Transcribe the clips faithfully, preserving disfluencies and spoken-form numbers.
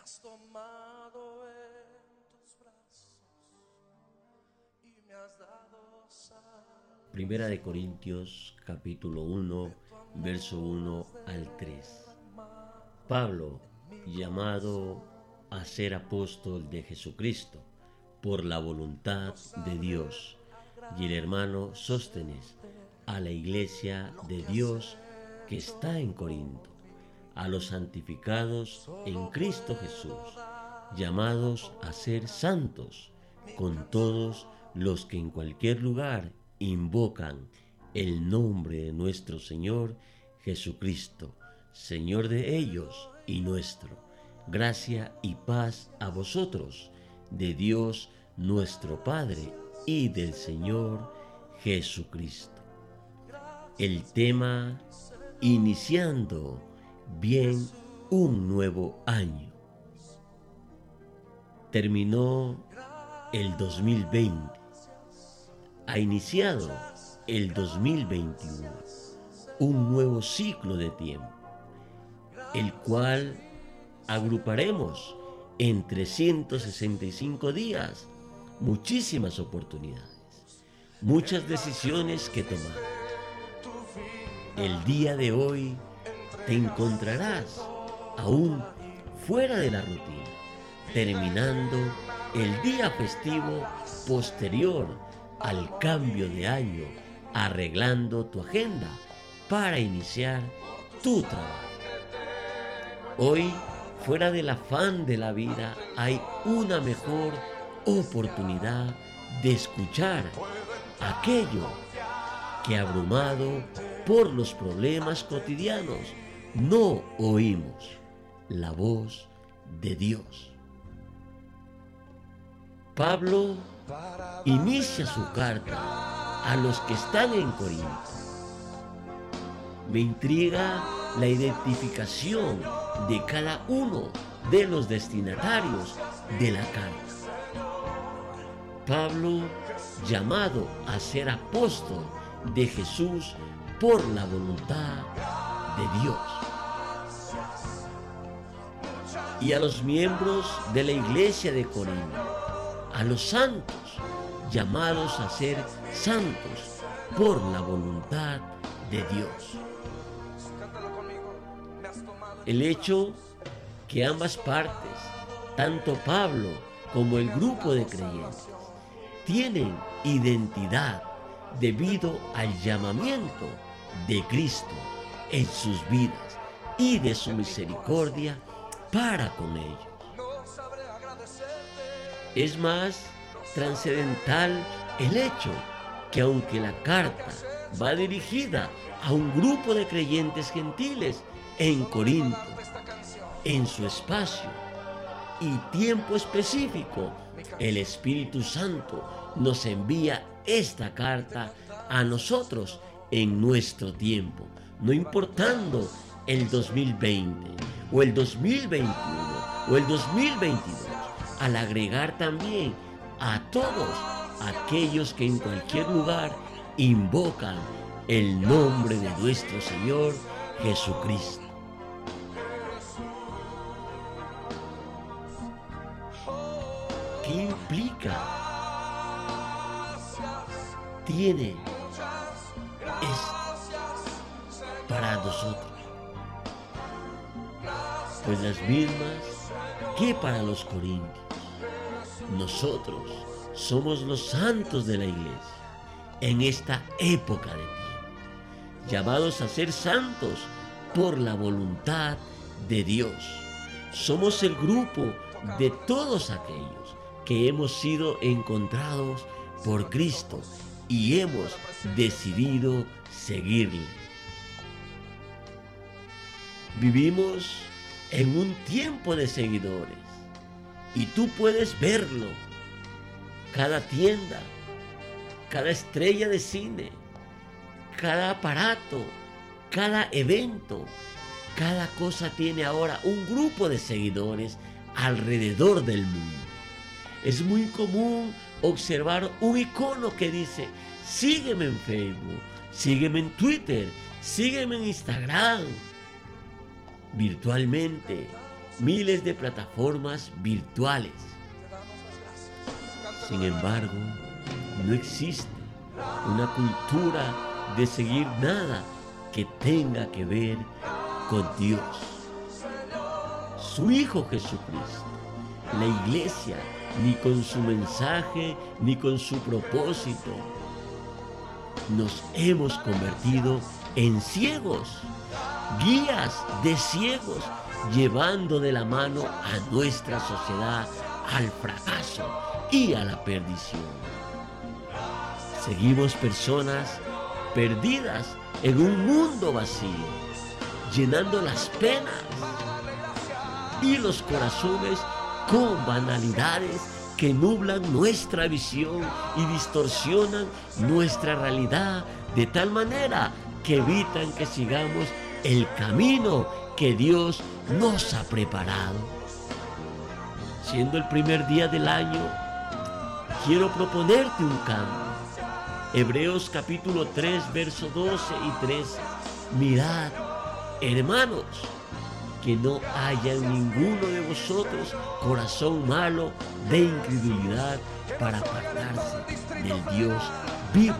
has tomado en tus brazos y me has dado salvación. Primera de Corintios capítulo uno, verso uno al tres. Pablo, llamado a ser apóstol de Jesucristo por la voluntad de Dios, y el hermano Sóstenes, a la iglesia de Dios que está en Corinto, a los santificados en Cristo Jesús, llamados a ser santos, con todos los que en cualquier lugar invocan el nombre de nuestro Señor Jesucristo, Señor de ellos y nuestro. Gracia y paz a vosotros, de Dios nuestro Padre y del Señor Jesucristo. El tema: iniciando bien un nuevo año. Terminó el dos mil veinte, ha iniciado el dos mil veintiuno, un nuevo ciclo de tiempo, el cual agruparemos en trescientos sesenta y cinco días, muchísimas oportunidades, muchas decisiones que tomar. El día de hoy te encontrarás aún fuera de la rutina, terminando el día festivo posterior al cambio de año, arreglando tu agenda para iniciar tu trabajo. Hoy, fuera del afán de la vida, hay una mejor oportunidad de escuchar aquello que, abrumado por los problemas cotidianos, no oímos la voz de Dios. Pablo inicia su carta a los que están en Corinto. Me intriga la identificación de cada uno de los destinatarios de la carta. Pablo, llamado a ser apóstol de Jesús por la voluntad de Dios. Y a los miembros de la iglesia de Corinto, a los santos, llamados a ser santos por la voluntad de Dios. El hecho que ambas partes, tanto Pablo como el grupo de creyentes, tienen identidad debido al llamamiento de Cristo en sus vidas y de su misericordia para con ellos. Es más trascendental el hecho que, aunque la carta va dirigida a un grupo de creyentes gentiles en Corinto, en su espacio y tiempo específico, el Espíritu Santo nos envía esta carta a nosotros en nuestro tiempo, no importando el dos mil veinte o el dos mil veintiuno o el dos mil veintidós, al agregar también a todos aquellos que en cualquier lugar invocan el nombre de nuestro Señor Jesucristo. ¿Qué implica? Tiene esto para nosotros, pues las mismas que para los corintios. Nosotros somos los santos de la iglesia en esta época de tiempo, llamados a ser santos por la voluntad de Dios. Somos el grupo de todos aquellos que hemos sido encontrados por Cristo y hemos decidido seguirle. Vivimos en un tiempo de seguidores y tú puedes verlo. Cada tienda, cada estrella de cine, cada aparato, cada evento, cada cosa tiene ahora un grupo de seguidores alrededor del mundo. Es muy común observar un icono que dice: sígueme en Facebook, sígueme en Twitter, sígueme en Instagram. Virtualmente miles de plataformas virtuales. Sin embargo, no existe una cultura de seguir nada que tenga que ver con Dios, su Hijo Jesucristo, la iglesia, ni con su mensaje, ni con su propósito. Nos hemos convertido en ciegos, guías de ciegos, llevando de la mano a nuestra sociedad al fracaso y a la perdición. Seguimos personas perdidas en un mundo vacío, llenando las penas y los corazones con banalidades que nublan nuestra visión y distorsionan nuestra realidad de tal manera que evitan que sigamos el camino que Dios nos ha preparado. Siendo el primer día del año, quiero proponerte un cambio. Hebreos capítulo tres, versos doce y trece. Mirad, hermanos, que no haya en ninguno de vosotros corazón malo de incredulidad para apartarse del Dios vivo.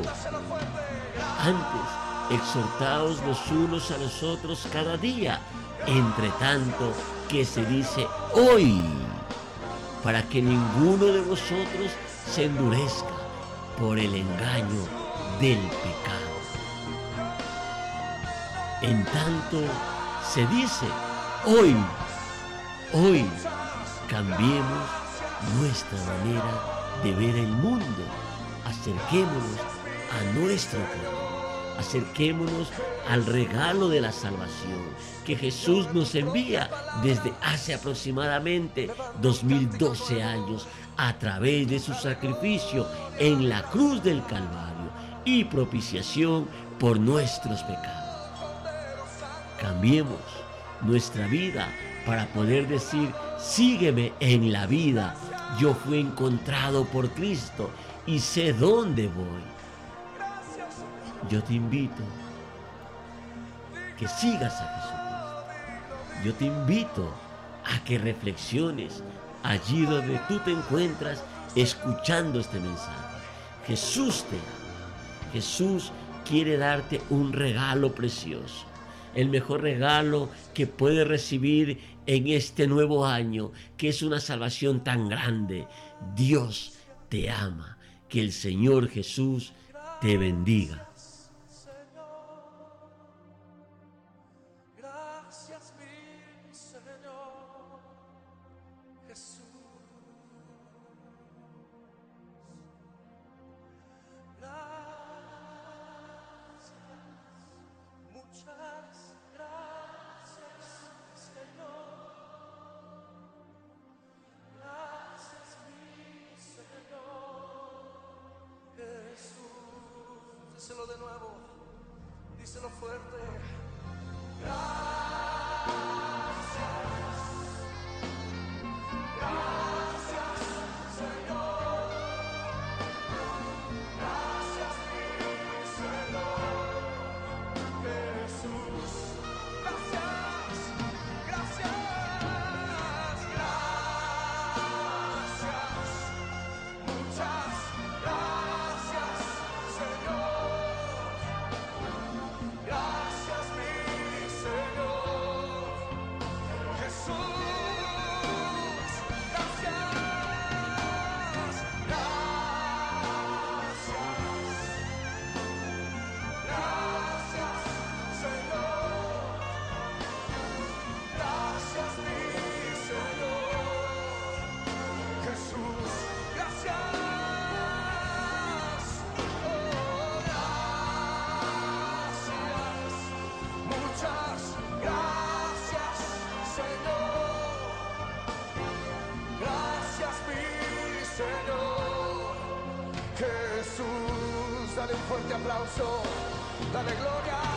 Antes, exhortaos los unos a los otros cada día, entre tanto que se dice hoy, para que ninguno de vosotros se endurezca por el engaño del pecado. En tanto se dice hoy, hoy, cambiemos nuestra manera de ver el mundo. Acerquémonos a nuestro Creador. Acerquémonos al regalo de la salvación que Jesús nos envía desde hace aproximadamente dos mil doce años a través de su sacrificio en la cruz del Calvario y propiciación por nuestros pecados. Cambiemos nuestra vida para poder decir: sígueme en la vida, yo fui encontrado por Cristo y sé dónde voy. Yo te invito que sigas a Jesucristo. Yo te invito a que reflexiones allí donde tú te encuentras escuchando este mensaje. Jesús te ama. Jesús quiere darte un regalo precioso. El mejor regalo que puedes recibir en este nuevo año, que es una salvación tan grande. Dios te ama. Que el Señor Jesús te bendiga. Gracias, mi Señor Jesús. Gracias, muchas gracias, Señor. Gracias, mi Señor Jesús. Díselo de nuevo, díselo fuerte. Dale un fuerte aplauso, dale gloria.